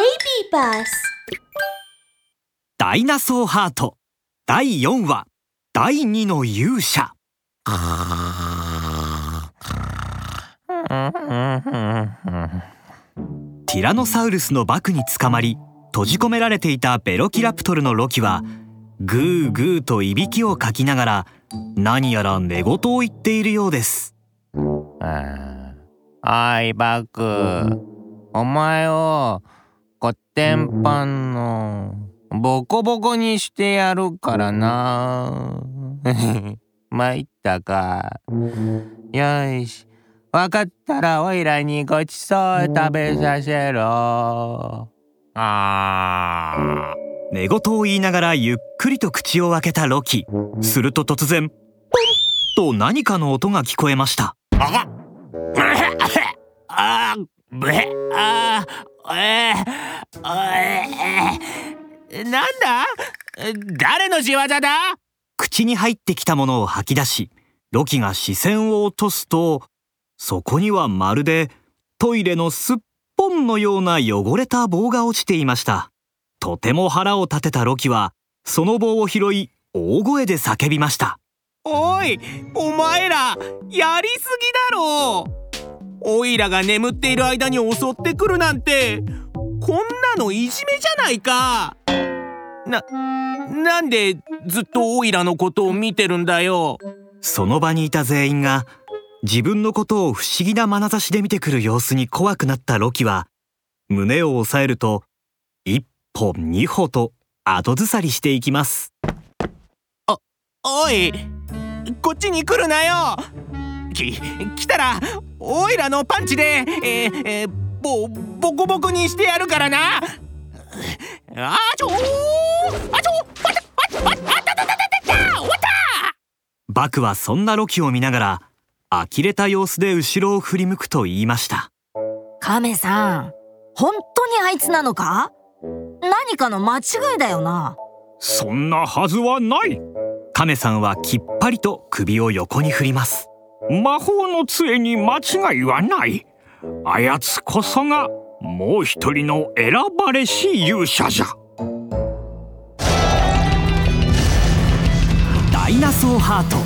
Bus ダイナソーハート第4話第2の勇者。ティラノサウルスのバクに捕まり閉じ込められていたベロキラプトルのロキはグーグーといびきをかきながら何やら寝言を言っているようです。 おいバク、お前をコッテンパンのボコボコにしてやるからな。参ったか。よし、わかったらおいらにごちそう食べさせろ。 寝言を言いながらゆっくりと口を開けたロキ。すると突然ポンと何かの音が聞こえました。 なんだ？誰の仕業だ？ 口に入ってきたものを吐き出し、ロキが視線を落とすと、そこにはまるでトイレのすっぽんのような汚れた棒が落ちていました。とても腹を立てたロキは、その棒を拾い、大声で叫びました。 おい、お前ら、やりすぎだろ。おいらが眠っている間に襲ってくるなんて、こんなのいじめじゃないか。なんでずっとおいらのことを見てるんだよ。 その場にいた全員が自分のことを不思議な眼差しで見てくる様子に怖くなったロキは胸を押さえると一歩二歩と後ずさりしていきます。 おい、こっちに来るなよ。来たらおいらのパンチでボコボコにしてやるからな。 バクはそんなロキを見ながら呆れた様子で後ろを振り向くと言いました。 カメさん、本当にあいつなのか？何かの間違いだよな。 そんなはずはない。 カメさんはきっぱりと首を横に振ります。 魔法の杖に間違いはない。あやつこそがもう一人の選ばれし勇者じゃ。 ダイナソーハート。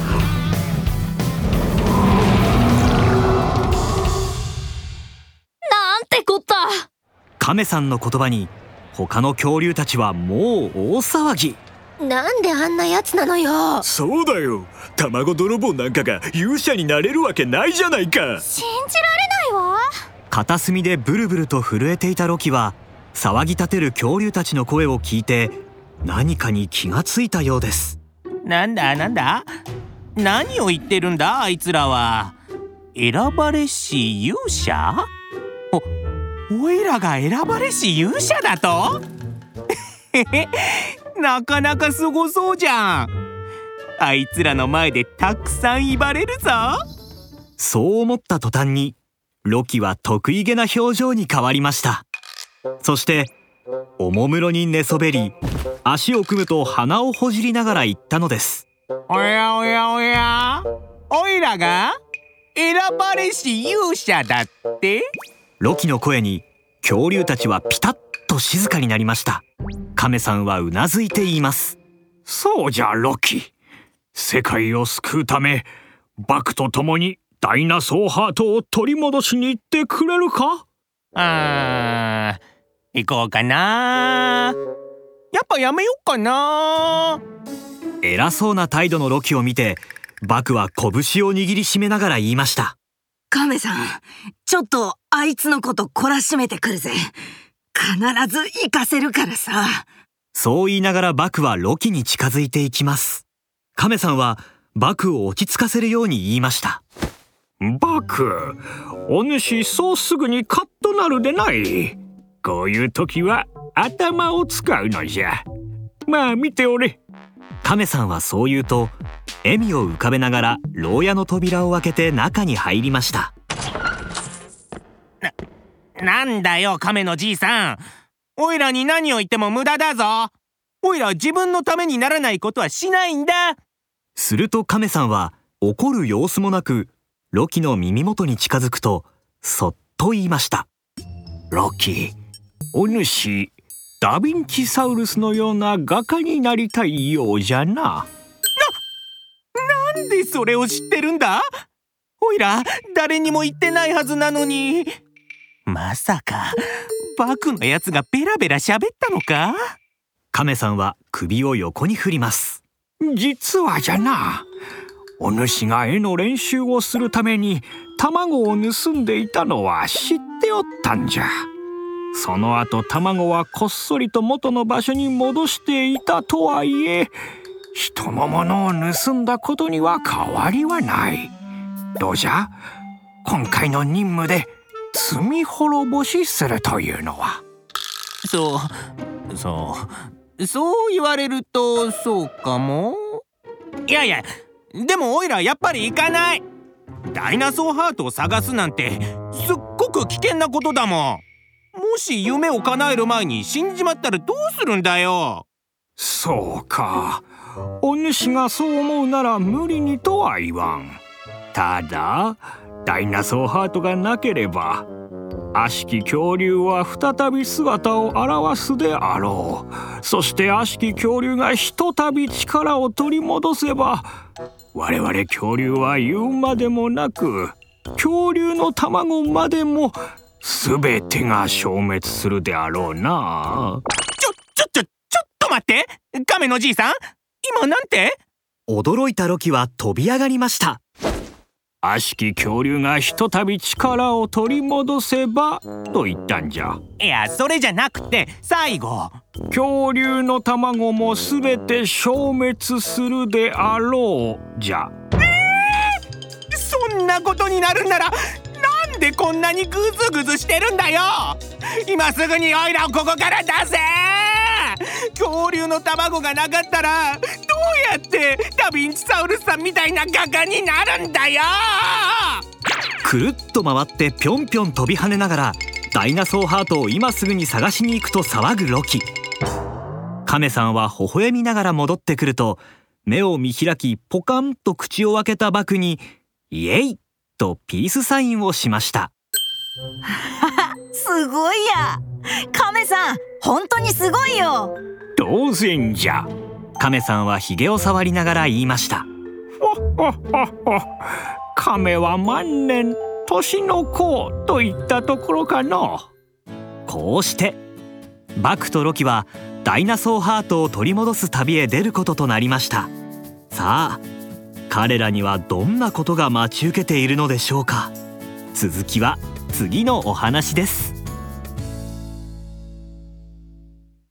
なんてこった。 カメさんの言葉に他の恐竜たちはもう大騒ぎ。 なんであんなやつなのよ。 そうだよ、卵泥棒なんかが勇者になれるわけないじゃないか。 信じられないわ。 片隅でブルブルと震えていたロキは騒ぎ立てる恐竜たちの声を聞いて何かに気がついたようです。 なんだ何を言ってるんだあいつらは。選ばれし勇者？おいらが選ばれし勇者だと？なかなかすごそうじゃん。あいつらの前でたくさん威張れるぞ。 そう思った途端にロキは得意げな表情に変わりました。そしておもむろに寝そべり足を組むと鼻をほじりながら言ったのです。 おやおやおや、おいらが選ばれし勇者だって？ ロキの声に恐竜たちはピタッと静かになりました。カメさんはうなずいて言います。 そうじゃロキ、世界を救うためバクと共にダイナソーハートを取り戻しに行ってくれるか？ 行こうかな。やっぱやめよっかな。 偉そうな態度のロキを見てバクは拳を握りしめながら言いました。 カメさん、ちょっとあいつのこと懲らしめてくるぜ。必ず行かせるからさ。 そう言いながらバクはロキに近づいていきます。カメさんはバクを落ち着かせるように言いました。 バク、お主そうすぐにカッとなるでない。こういう時は頭を使うのじゃ。まあ見ておれ。 カメさんはそう言うと笑みを浮かべながら牢屋の扉を開けて中に入りました。 なんだよカメのじいさん、おいらに何を言っても無駄だぞ。おいらは自分のためにならないことはしないんだ。 するとカメさんは怒る様子もなくロキの耳元に近づくとそっと言いました。 ロキ、 お主ダヴィンチサウルスのような画家になりたいようじゃな。 なんでそれを知ってるんだ？おいら誰にも言ってないはずなのに。まさかバクのやつがベラベラ喋ったのか？ 亀さんは首を横に振ります。 実はじゃな、お主が絵の練習をするために卵を盗んでいたのは知っておったんじゃ。その後卵はこっそりと元の場所に戻していたとはいえ、人のものを盗んだことには変わりはない。どうじゃ、今回の任務で罪滅ぼしするというのは。 そう言われるとそうかも。いやいや、でもおいらやっぱり行かない。ダイナソーハートを探すなんてすっごく危険なことだもん。もし夢を叶える前に死んじまったらどうするんだよ。 そうか、お主がそう思うなら無理にとは言わん。ただダイナソーハートがなければ悪しき恐竜は再び姿を現すであろう。そして悪しき恐竜がひとたび力を取り戻せば、我々恐竜は言うまでもなく恐竜の卵までも全てが消滅するであろうな。 ちょっと待って、亀のじいさん、今なんて？ 驚いたロキは飛び上がりました。 悪しき恐竜がひとたび力を取り戻せばと言ったんじゃ。 いや、それじゃなくて最後、 恐竜の卵もすべて消滅するであろうじゃ。 そんなことになるんならなんでこんなにグズグズしてるんだよ。今すぐにオイラをここから出せ。恐竜の卵がなかったらどうやってダヴィンチサウルスさんみたいな画家になるんだよ。 くるっと回ってぴょんぴょん飛び跳ねながらダイナソーハートを今すぐに探しに行くと騒ぐロキ。亀さんは微笑みながら戻ってくると、目を見開きポカンと口を開けたバクにイエイとピースサインをしました。 すごいや。亀さん、本当にすごいよ。 当然じゃ。 亀さんはひげを触りながら言いました。 亀は万年年の子といったところかの。 こうしてバクとロキはダイナソーハートを取り戻す旅へ出ることとなりました。さあ、彼らにはどんなことが待ち受けているのでしょうか。続きは次のお話です。